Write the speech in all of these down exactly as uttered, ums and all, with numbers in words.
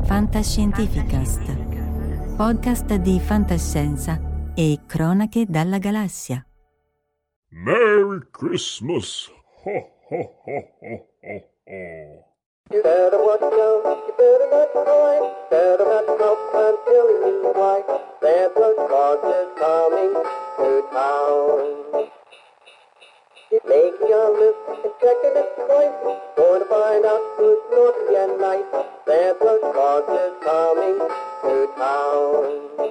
Fantascientificast, podcast di fantascienza e cronache dalla galassia. Merry Christmas! Ho ho ho ho ho ho! You better watch out, you better not cry, better not stop, I'm telling you why. Santa Claus is coming to town. Make your list and checking it twice, going to find out who's naughty and nice. Santa Claus is coming to town.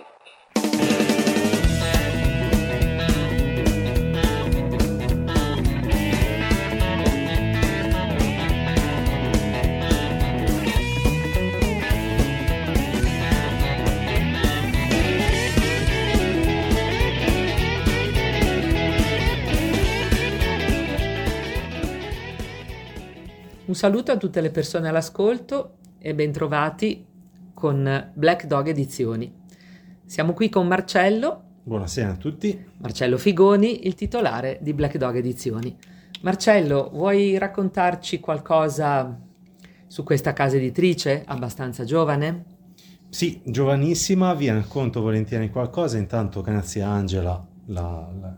Un saluto a tutte le persone all'ascolto e bentrovati con Black Dog Edizioni. Siamo qui con Marcello. Buonasera a tutti. Marcello Figoni, il titolare di Black Dog Edizioni. Marcello, vuoi raccontarci qualcosa su questa casa editrice abbastanza giovane? Sì, giovanissima, vi racconto volentieri qualcosa. Intanto grazie a Angela, la, la,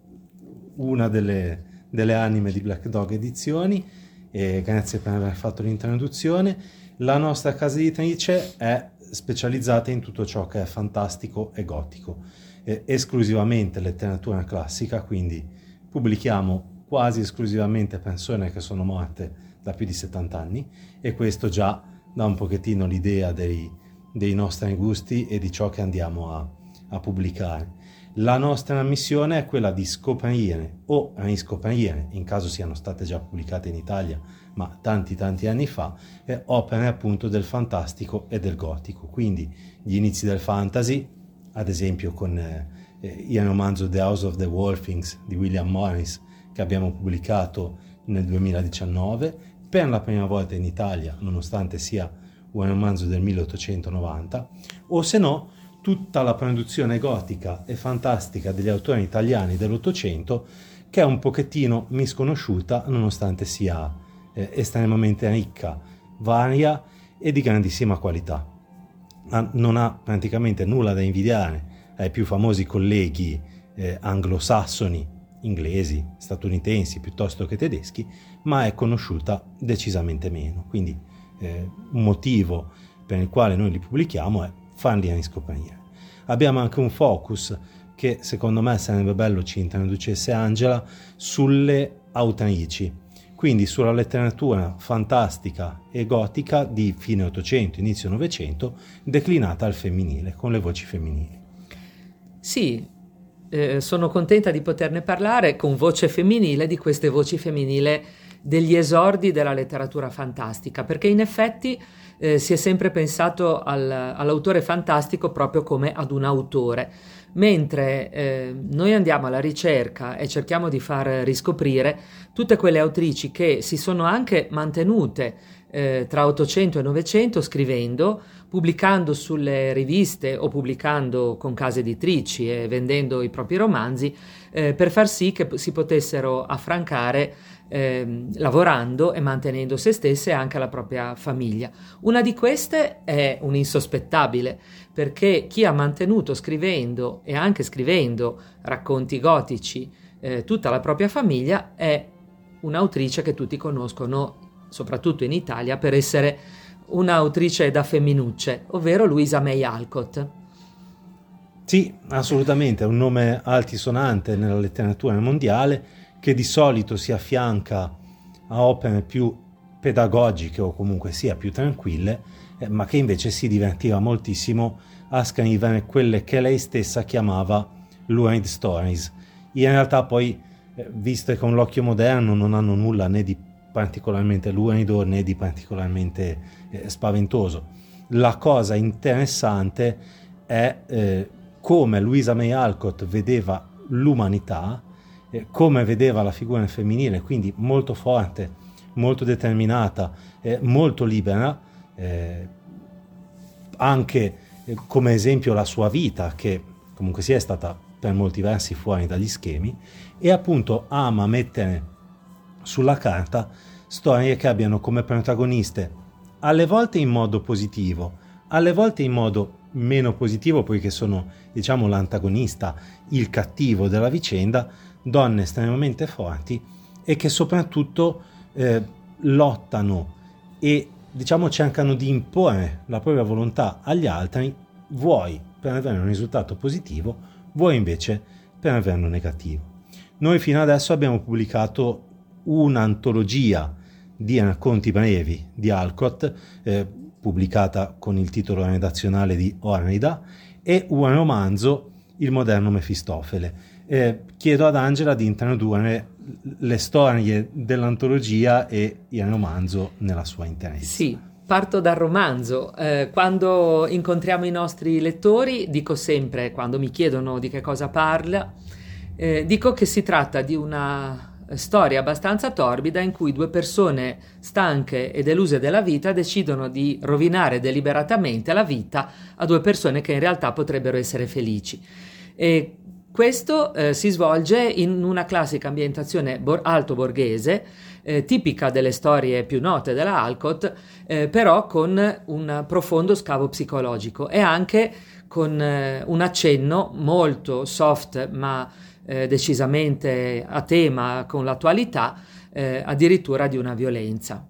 una delle, delle anime di Black Dog Edizioni. E grazie per aver fatto l'introduzione. La nostra casa editrice è specializzata in tutto ciò che è fantastico e gotico, eh, esclusivamente letteratura classica, quindi pubblichiamo quasi esclusivamente persone che sono morte da più di settanta anni, e questo già dà un pochettino l'idea dei, dei nostri gusti e di ciò che andiamo a, a pubblicare. La nostra missione è quella di scoprire o riscoprire, in caso siano state già pubblicate in Italia, ma tanti tanti anni fa, eh, opere appunto del fantastico e del gotico. Quindi gli inizi del fantasy, ad esempio con eh, il romanzo The House of the Wolfings di William Morris, che abbiamo pubblicato nel duemiladiciannove, per la prima volta in Italia, nonostante sia un romanzo del milleottocentonovanta, o se no tutta la produzione gotica e fantastica degli autori italiani dell'Ottocento, che è un pochettino misconosciuta nonostante sia eh, estremamente ricca, varia e di grandissima qualità. Ma non ha praticamente nulla da invidiare ai più famosi colleghi eh, anglosassoni, inglesi, statunitensi piuttosto che tedeschi, ma è conosciuta decisamente meno. Quindi eh, un motivo per il quale noi li pubblichiamo è farli riscoprire. Abbiamo anche un focus che secondo me sarebbe bello ci introducesse Angela, sulle autrici, quindi sulla letteratura fantastica e gotica di fine Ottocento, inizio Novecento, declinata al femminile, con le voci femminili. Sì, eh, sono contenta di poterne parlare con voce femminile di queste voci femminili degli esordi della letteratura fantastica, perché in effetti eh, si è sempre pensato al, all'autore fantastico proprio come ad un autore, mentre eh, noi andiamo alla ricerca e cerchiamo di far riscoprire tutte quelle autrici che si sono anche mantenute eh, tra Ottocento e Novecento scrivendo, pubblicando sulle riviste o pubblicando con case editrici e vendendo i propri romanzi, eh, per far sì che si potessero affrancare eh, lavorando e mantenendo se stesse e anche la propria famiglia. Una di queste è un insospettabile, perché chi ha mantenuto scrivendo e anche scrivendo racconti gotici eh, tutta la propria famiglia è un'autrice che tutti conoscono, soprattutto in Italia, per essere un'autrice da femminucce, ovvero Louisa May Alcott. Sì, assolutamente, è un nome altisonante nella letteratura mondiale, che di solito si affianca a opere più pedagogiche o comunque sia più tranquille, eh, ma che invece si divertiva moltissimo a scrivere quelle che lei stessa chiamava lurid stories. In realtà poi, eh, viste con l'occhio moderno, non hanno nulla né di particolarmente lurido né di particolarmente eh, spaventoso. La cosa interessante è eh, come Louisa May Alcott vedeva l'umanità, eh, come vedeva la figura femminile, quindi molto forte, molto determinata, eh, molto libera, eh, anche eh, come esempio la sua vita, che comunque sia è stata per molti versi fuori dagli schemi, e appunto ama mettere sulla carta storie che abbiano come protagoniste, alle volte in modo positivo, alle volte in modo meno positivo, poiché sono, diciamo, l'antagonista, il cattivo della vicenda, donne estremamente forti e che soprattutto eh, lottano e, diciamo, cercano di imporre la propria volontà agli altri, vuoi per avere un risultato positivo, vuoi invece per averne un negativo. Noi fino adesso abbiamo pubblicato un'antologia di racconti brevi di Alcott, eh, pubblicata con il titolo redazionale di Orrida, e un romanzo, Il moderno Mefistofele. Eh, chiedo ad Angela di introdurre le storie dell'antologia e il romanzo nella sua interezza. Sì, parto dal romanzo. Eh, quando incontriamo i nostri lettori, dico sempre, quando mi chiedono di che cosa parla, eh, dico che si tratta di una storia abbastanza torbida in cui due persone stanche e deluse della vita decidono di rovinare deliberatamente la vita a due persone che in realtà potrebbero essere felici. E questo eh, si svolge in una classica ambientazione bor- alto borghese, eh, tipica delle storie più note della Alcott, eh, però con un profondo scavo psicologico e anche con eh, un accenno molto soft ma eh, decisamente a tema con l'attualità, eh, addirittura di una violenza.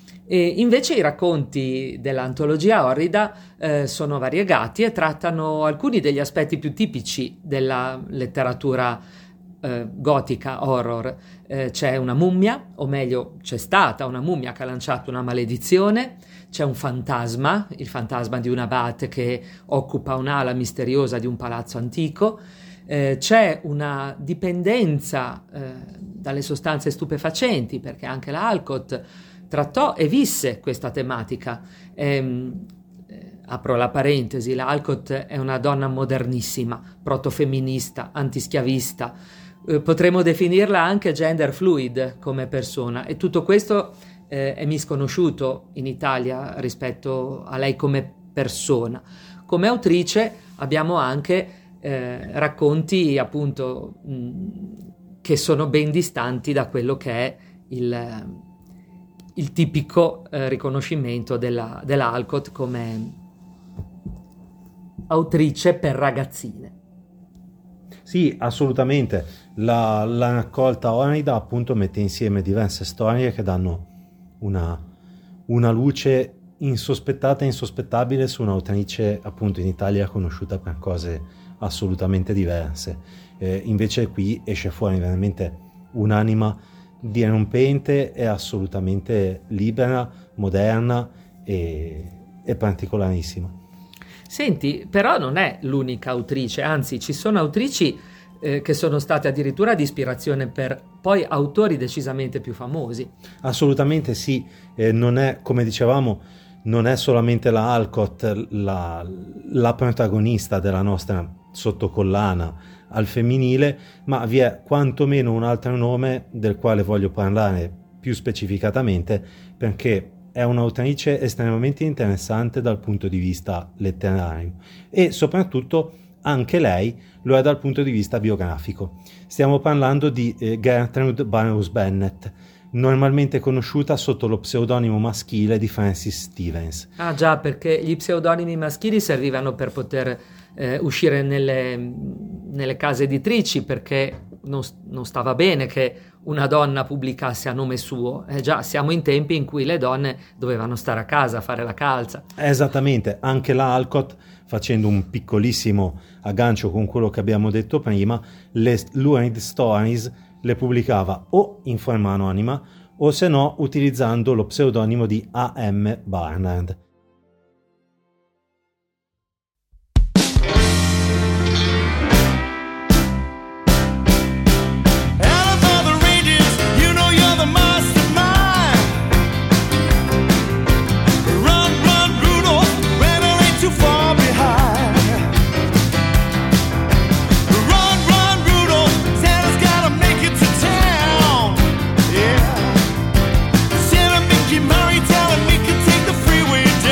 E invece i racconti dell'antologia Orrida eh, sono variegati e trattano alcuni degli aspetti più tipici della letteratura eh, gotica horror. Eh, c'è una mummia, o meglio c'è stata una mummia che ha lanciato una maledizione, c'è un fantasma, il fantasma di un abate che occupa un'ala misteriosa di un palazzo antico, eh, c'è una dipendenza eh, dalle sostanze stupefacenti, perché anche la Alcott trattò e visse questa tematica. Ehm, eh, apro la parentesi, la Alcott è una donna modernissima, protofemminista, antischiavista, eh, potremmo definirla anche gender fluid come persona, e tutto questo eh, è misconosciuto in Italia rispetto a lei come persona. Come autrice abbiamo anche eh, racconti appunto mh, che sono ben distanti da quello che è il il tipico eh, riconoscimento della, della Alcott come autrice per ragazzine. Sì, assolutamente. La, la raccolta Orrida appunto mette insieme diverse storie che danno una, una luce insospettata e insospettabile su un'autrice appunto in Italia conosciuta per cose assolutamente diverse. Eh, invece qui esce fuori veramente un'anima dirompente e assolutamente libera, moderna e, e particolarissima. Senti, però non è l'unica autrice, anzi ci sono autrici eh, che sono state addirittura di ispirazione per poi autori decisamente più famosi. Assolutamente sì, eh, non è, come dicevamo, non è solamente la Alcott la, la protagonista della nostra sottocollana al femminile, ma vi è quantomeno un altro nome del quale voglio parlare più specificatamente, perché è un'autrice estremamente interessante dal punto di vista letterario e soprattutto anche lei lo è dal punto di vista biografico. Stiamo parlando di eh, Gertrude Burroughs Bennett, normalmente conosciuta sotto lo pseudonimo maschile di Frances Stevens. Ah già, perché gli pseudonimi maschili servivano per poter eh, uscire nelle, nelle case editrici, perché non, non stava bene che una donna pubblicasse a nome suo. Eh già, siamo in tempi in cui le donne dovevano stare a casa a fare la calza. Esattamente, anche la Alcott, facendo un piccolissimo aggancio con quello che abbiamo detto prima, le lurid stories le pubblicava o in forma anonima o se no utilizzando lo pseudonimo di A M Barnard. Murray telling me could take the freeway down.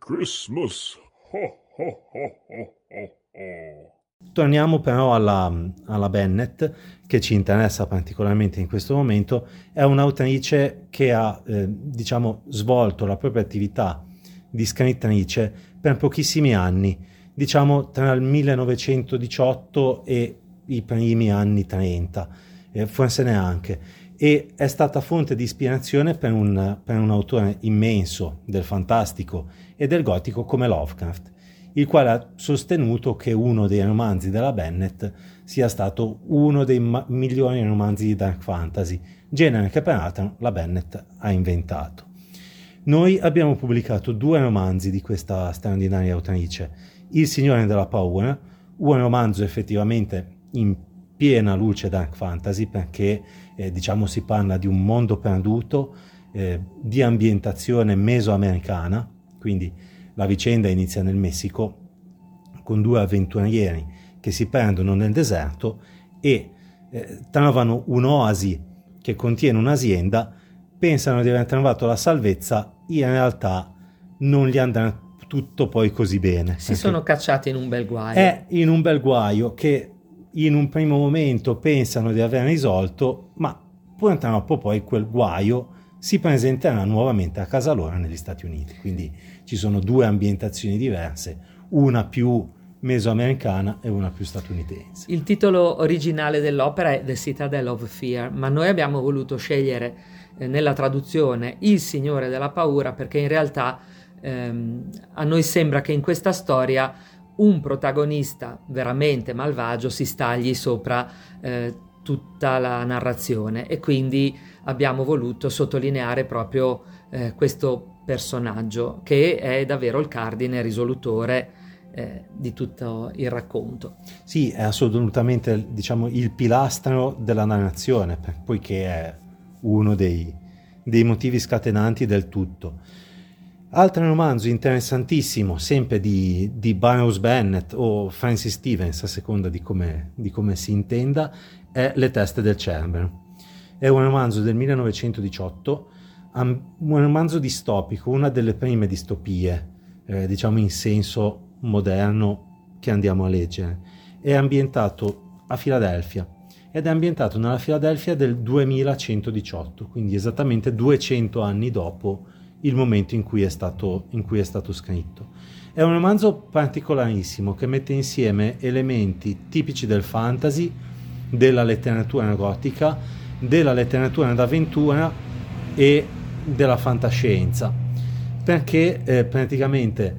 Christmas! Ho, ho, ho, ho, ho, ho. Torniamo però alla, alla Bennett, che ci interessa particolarmente in questo momento. È un'autrice che ha, eh, diciamo, svolto la propria attività di scrittrice per pochissimi anni, diciamo tra il millenovecentodiciotto e i primi anni trenta, eh, forse neanche, e è stata fonte di ispirazione per un, per un autore immenso del fantastico e del gotico come Lovecraft, il quale ha sostenuto che uno dei romanzi della Bennett sia stato uno dei ma- migliori romanzi di dark fantasy, genere che peraltro la Bennett ha inventato. Noi abbiamo pubblicato due romanzi di questa straordinaria autrice: Il Signore della Paura, un romanzo effettivamente in piena luce dark fantasy, perché eh, diciamo si parla di un mondo perduto, eh, di ambientazione mesoamericana, quindi la vicenda inizia nel Messico con due avventurieri che si perdono nel deserto e eh, trovano un'oasi che contiene un'azienda, pensano di aver trovato la salvezza, in realtà non gli andrà tutto poi così bene. Si sono cacciati in un bel guaio. È in un bel guaio che in un primo momento pensano di aver risolto, ma purtroppo poi quel guaio si presenterà nuovamente a casa loro negli Stati Uniti. Quindi ci sono due ambientazioni diverse, una più mesoamericana e una più statunitense. Il titolo originale dell'opera è The Citadel of Fear, ma noi abbiamo voluto scegliere eh, nella traduzione Il Signore della Paura, perché in realtà ehm, a noi sembra che in questa storia un protagonista veramente malvagio si stagli sopra eh, tutta la narrazione, e quindi abbiamo voluto sottolineare proprio eh, questo personaggio che è davvero il cardine risolutore eh, di tutto il racconto. Sì, è assolutamente, diciamo, il pilastro della narrazione, poiché è uno dei, dei motivi scatenanti del tutto. Altro romanzo interessantissimo, sempre di, di Burroughs Bennett o Francis Stevens, a seconda di come, di come si intenda, è Le teste del Cerbero. È un romanzo del millenovecentodiciotto, un romanzo distopico, una delle prime distopie, eh, diciamo in senso moderno, che andiamo a leggere. È ambientato a Filadelfia ed è ambientato nella Filadelfia del duemilacentodiciotto, quindi esattamente duecento anni dopo il momento in cui è stato, in cui è stato scritto. È un romanzo particolarissimo che mette insieme elementi tipici del fantasy, della letteratura gotica, della letteratura d'avventura e della fantascienza, perché eh, praticamente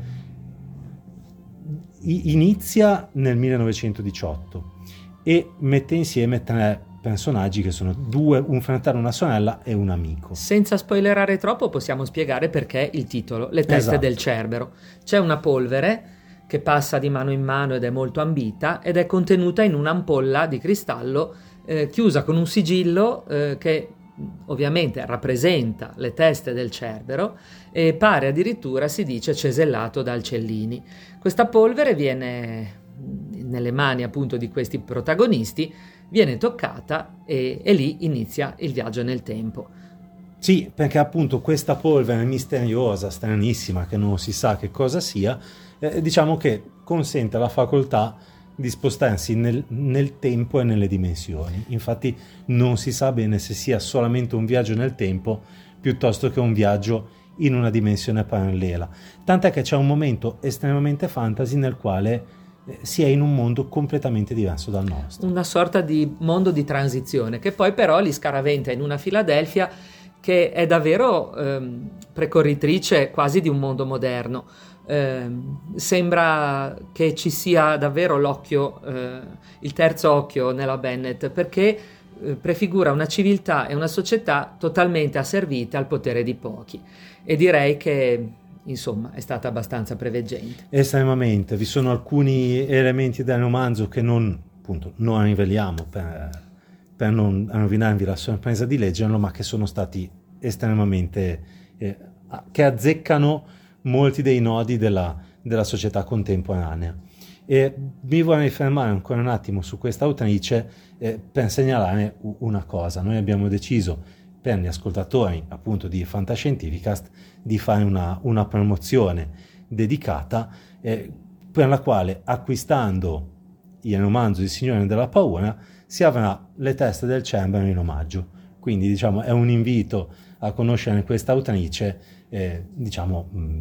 inizia nel millenovecentodiciotto e mette insieme tre personaggi che sono due, un fratello, una sorella e un amico. Senza spoilerare troppo possiamo spiegare perché il titolo, Le teste Esatto. del Cerbero. C'è una polvere che passa di mano in mano ed è molto ambita ed è contenuta in un'ampolla di cristallo eh, chiusa con un sigillo eh, che ovviamente rappresenta le teste del Cerbero e pare addirittura, si dice, cesellato dal Cellini. Questa polvere viene nelle mani appunto di questi protagonisti, viene toccata e, e lì inizia il viaggio nel tempo. Sì, perché appunto questa polvere misteriosa, stranissima, che non si sa che cosa sia, eh, diciamo che consente la facoltà di spostarsi nel, nel tempo e nelle dimensioni. Infatti non si sa bene se sia solamente un viaggio nel tempo piuttosto che un viaggio in una dimensione parallela. Tant'è che c'è un momento estremamente fantasy nel quale eh, si è in un mondo completamente diverso dal nostro. Una sorta di mondo di transizione che poi però li scaraventa in una Filadelfia che è davvero ehm, precorritrice quasi di un mondo moderno. Eh, sembra che ci sia davvero l'occhio, eh, il terzo occhio nella Bennett, perché eh, prefigura una civiltà e una società totalmente asservite al potere di pochi, e direi che insomma è stata abbastanza preveggente. Estremamente, vi sono alcuni elementi del romanzo che non, appunto, non riveliamo per, per non rovinarvi la sorpresa di leggerlo, ma che sono stati estremamente eh, che azzeccano molti dei nodi della, della società contemporanea. E mi vorrei fermare ancora un attimo su questa autrice eh, per segnalare una cosa. Noi abbiamo deciso per gli ascoltatori appunto di Fantascientificast di fare una, una promozione dedicata, eh, per la quale, acquistando il romanzo Il Signore della Paura, si avrà le teste del Chamberlain in omaggio. Quindi diciamo è un invito a conoscere questa autrice, eh, diciamo mh,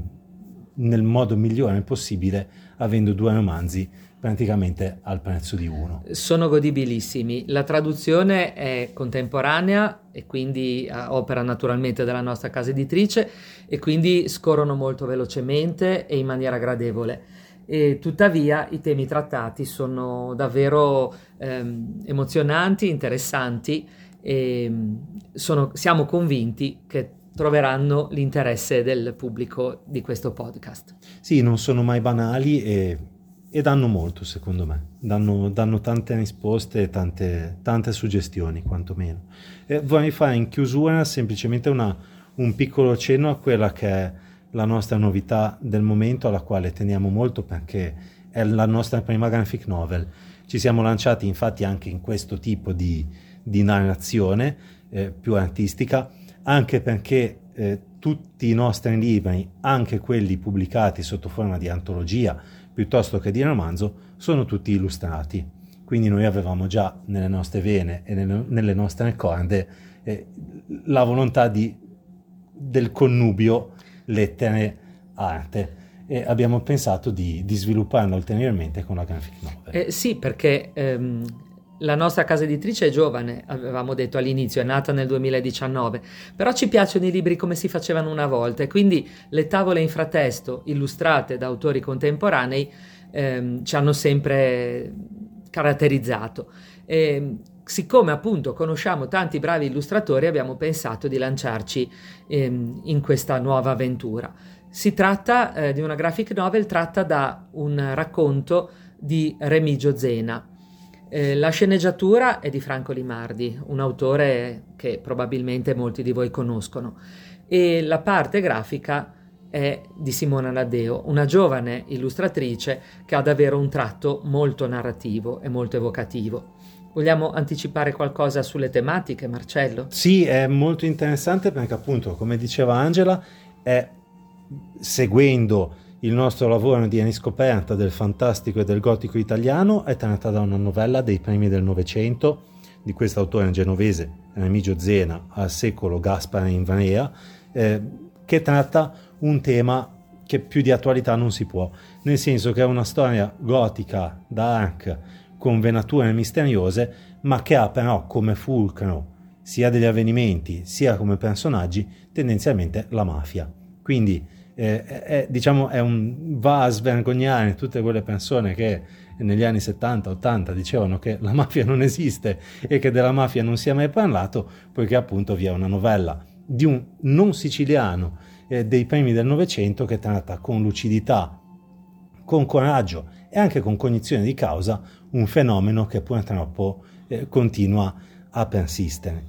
nel modo migliore possibile, avendo due romanzi praticamente al prezzo di uno. Sono godibilissimi. La traduzione è contemporanea e quindi uh, opera naturalmente della nostra casa editrice, e quindi scorrono molto velocemente e in maniera gradevole. E tuttavia i temi trattati sono davvero ehm, emozionanti, interessanti, e sono, siamo convinti che troveranno l'interesse del pubblico di questo podcast. Sì, non sono mai banali e, e danno molto, secondo me. Danno, danno tante risposte e tante, tante suggestioni, quantomeno. E vorrei fare in chiusura semplicemente una, un piccolo cenno a quella che è la nostra novità del momento, alla quale teniamo molto perché è la nostra prima graphic novel. Ci siamo lanciati infatti anche in questo tipo di, di narrazione eh, più artistica, anche perché eh, tutti i nostri libri, anche quelli pubblicati sotto forma di antologia piuttosto che di romanzo, sono tutti illustrati. Quindi noi avevamo già nelle nostre vene e nelle, nelle nostre corde eh, la volontà di, del connubio lettere arte, e abbiamo pensato di, di svilupparlo ulteriormente con la graphic novel. Eh, sì, perché ehm, la nostra casa editrice è giovane, avevamo detto all'inizio, è nata nel duemiladiciannove, però ci piacciono i libri come si facevano una volta, e quindi le tavole in fratesto illustrate da autori contemporanei ehm, ci hanno sempre caratterizzato. E, siccome appunto conosciamo tanti bravi illustratori, abbiamo pensato di lanciarci ehm, in questa nuova avventura. Si tratta eh, di una graphic novel tratta da un racconto di Remigio Zena. Eh, la sceneggiatura è di Franco Limardi, un autore che probabilmente molti di voi conoscono, e la parte grafica è di Simona Naddeo, una giovane illustratrice che ha davvero un tratto molto narrativo e molto evocativo. Vogliamo anticipare qualcosa sulle tematiche, Marcello? Sì, è molto interessante perché appunto, come diceva Angela, è seguendo il nostro lavoro di riscoperta del fantastico e del gotico italiano, è tratta da una novella dei primi del Novecento di questo autore genovese, Remigio Zena, al secolo Gaspare in Varea, eh, che tratta un tema che più di attualità non si può, nel senso che è una storia gotica, dark, con venature misteriose, ma che ha però come fulcro sia degli avvenimenti sia come personaggi tendenzialmente la mafia. Quindi eh, è, diciamo, è un, va a svergognare tutte quelle persone che negli anni settanta ottanta dicevano che la mafia non esiste e che della mafia non si è mai parlato, poiché appunto vi è una novella di un non siciliano eh, dei primi del Novecento che tratta con lucidità, con coraggio e anche con cognizione di causa un fenomeno che purtroppo eh, continua a persistere.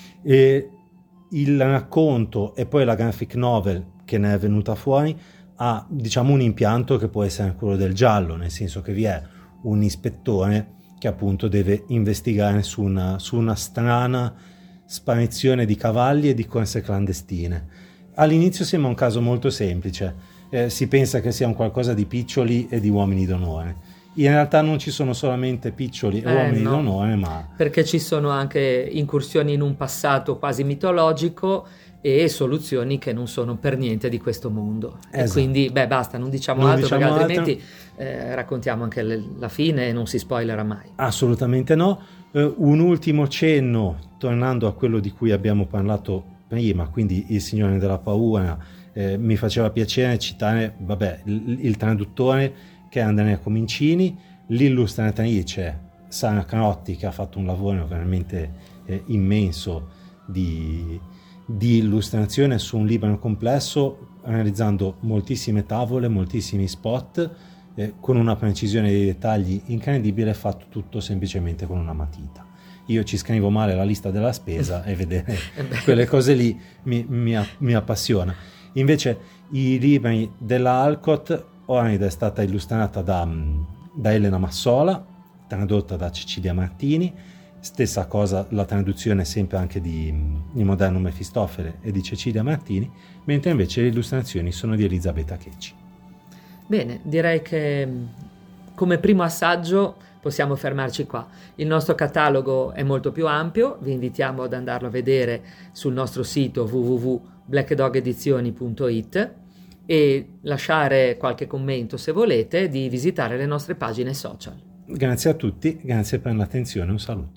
E il racconto e poi la graphic novel che ne è venuta fuori ha, diciamo, un impianto che può essere quello del giallo, nel senso che vi è un ispettore che appunto deve investigare su una, su una strana sparizione di cavalli e di corse clandestine. All'inizio sembra un caso molto semplice, eh, si pensa che sia un qualcosa di piccioli e di uomini d'onore. In realtà non ci sono solamente piccioli e eh, uomini no, d'onore, ma perché ci sono anche incursioni in un passato quasi mitologico e soluzioni che non sono per niente di questo mondo. Esatto. E quindi, beh, basta, non diciamo non altro, diciamo perché altro. altrimenti eh, raccontiamo anche le, la fine e non si spoilerà mai. Assolutamente no. Uh, un ultimo cenno, tornando a quello di cui abbiamo parlato prima, quindi Il Signore della Paura, eh, mi faceva piacere citare, vabbè, il, il traduttore che è Andrea Comincini, l'illustratrice Sara Carotti, che ha fatto un lavoro veramente eh, immenso di, di illustrazione su un libro complesso, realizzando moltissime tavole, moltissimi spot, eh, con una precisione dei dettagli incredibile, fatto tutto semplicemente con una matita. Io ci scrivo male la lista della spesa e vedere quelle cose lì mi, mi, mi appassiona. Invece i libri della Alcott, Orrida è stata illustrata da, da Elena Massola, tradotta da Cecilia Martini, stessa cosa la traduzione sempre anche di Il moderno Mefistofele e di Cecilia Martini, mentre invece le illustrazioni sono di Elisabetta Checci. Bene, direi che come primo assaggio possiamo fermarci qua. Il nostro catalogo è molto più ampio, vi invitiamo ad andarlo a vedere sul nostro sito w w w punto black dog edizioni punto i t e lasciare qualche commento se volete, di visitare le nostre pagine social. Grazie a tutti, grazie per l'attenzione, un saluto.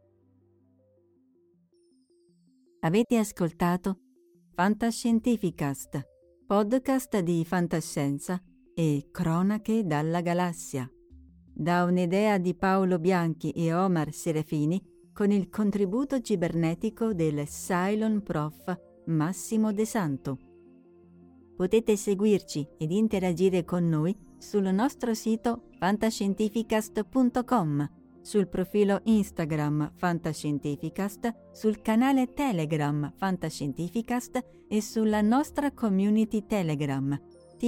Avete ascoltato Fantascientificast, podcast di fantascienza e cronache dalla galassia, da un'idea di Paolo Bianchi e Omar Serafini con il contributo cibernetico del Cylon Prof Massimo De Santo. Potete seguirci ed interagire con noi sul nostro sito fantascientificast punto com, sul profilo Instagram Fantascientificast, sul canale Telegram Fantascientificast e sulla nostra community Telegram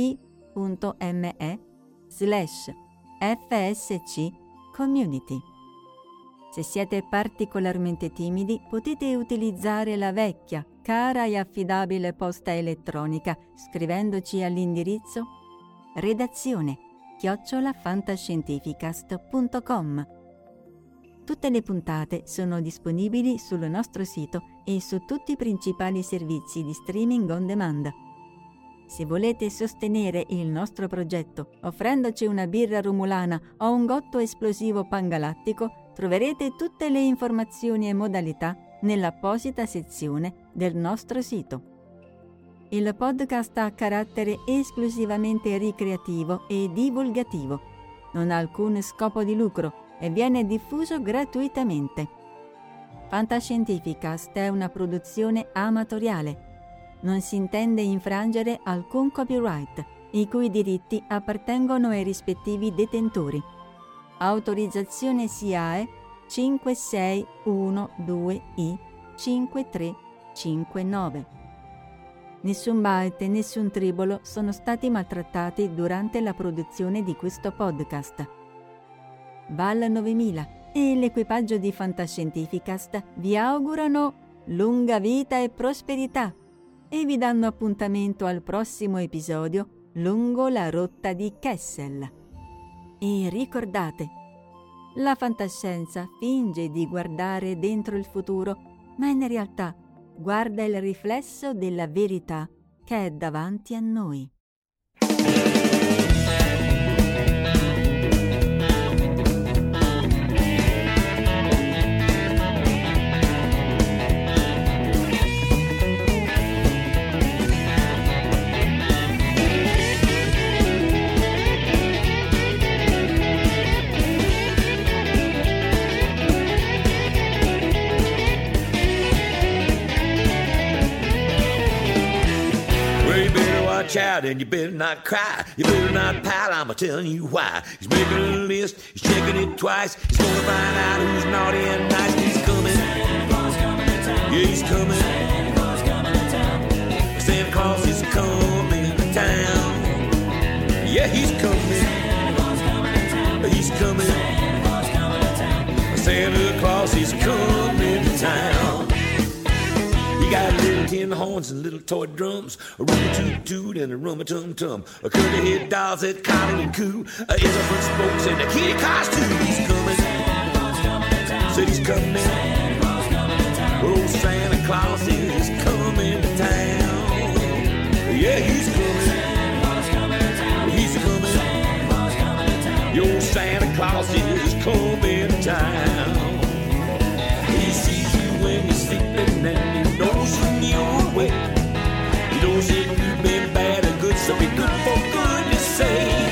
t.me slash fsc community. Se siete particolarmente timidi, potete utilizzare la vecchia, cara e affidabile posta elettronica scrivendoci all'indirizzo redazione chiocciola fantascientificast punto com. Tutte le puntate sono disponibili sul nostro sito e su tutti i principali servizi di streaming on demand. Se volete sostenere il nostro progetto offrendoci una birra romulana o un gotto esplosivo pangalattico, troverete tutte le informazioni e modalità nell'apposita sezione del nostro sito. Il podcast ha carattere esclusivamente ricreativo e divulgativo. Non ha alcun scopo di lucro e viene diffuso gratuitamente. Fantascientificast è una produzione amatoriale. Non si intende infrangere alcun copyright, i cui diritti appartengono ai rispettivi detentori. Autorizzazione S I A E cinque sei uno due I cinque tre cinque nove. Nessun byte e nessun tribolo sono stati maltrattati durante la produzione di questo podcast. Val novemila e l'equipaggio di Fantascientificast vi augurano lunga vita e prosperità e vi danno appuntamento al prossimo episodio lungo la rotta di Kessel. E ricordate, la fantascienza finge di guardare dentro il futuro, ma in realtà guarda il riflesso della verità che è davanti a noi. Watch out and you better not cry. You better not pout, I'm telling you why. He's making a list, he's checking it twice. He's gonna find out who's naughty and nice. He's coming. Yeah, he's coming. Santa Claus is coming to town. Yeah, he's coming. He's coming. Santa Claus is coming to town. He got little tin horns and little toy drums, a rum-a-toot-toot and a rum-a-tum-tum, a curly-head dolls that collie and coo, a elephant spokes and a kitty cars too. He's coming, said he's coming, old Santa Claus is coming to town. Yeah, he's coming, he's coming, your Santa Claus is coming to town. He sees you when you're sleeping and he knows when you're awake. He knows if you've been bad or good, so be good for goodness sake.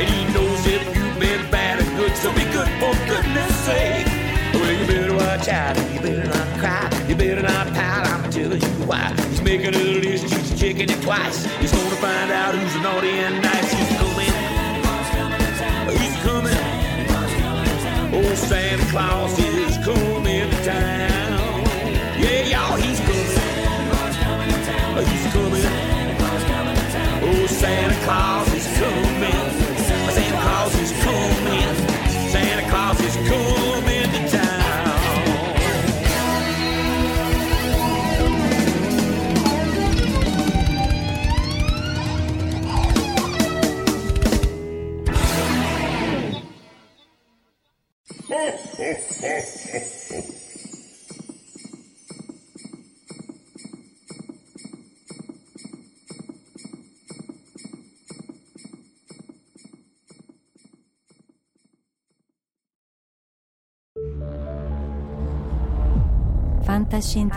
he knows if you've been bad or good, so be good for goodness sake. Well, you better watch out, you better not cry, you better not pout, I'm telling you why. He's making a list, he's checking it twice. He's gonna find out who's naughty and nice. He's coming, he's coming. Oh, Santa Claus is coming to town. Yeah, y'all, he's coming. He's coming. Oh, Santa Claus is coming. Santa Claus is coming. Santa Claus is coming to town.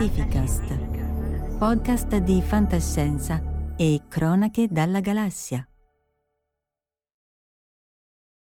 Fantascientificast, podcast di fantascienza e cronache dalla galassia.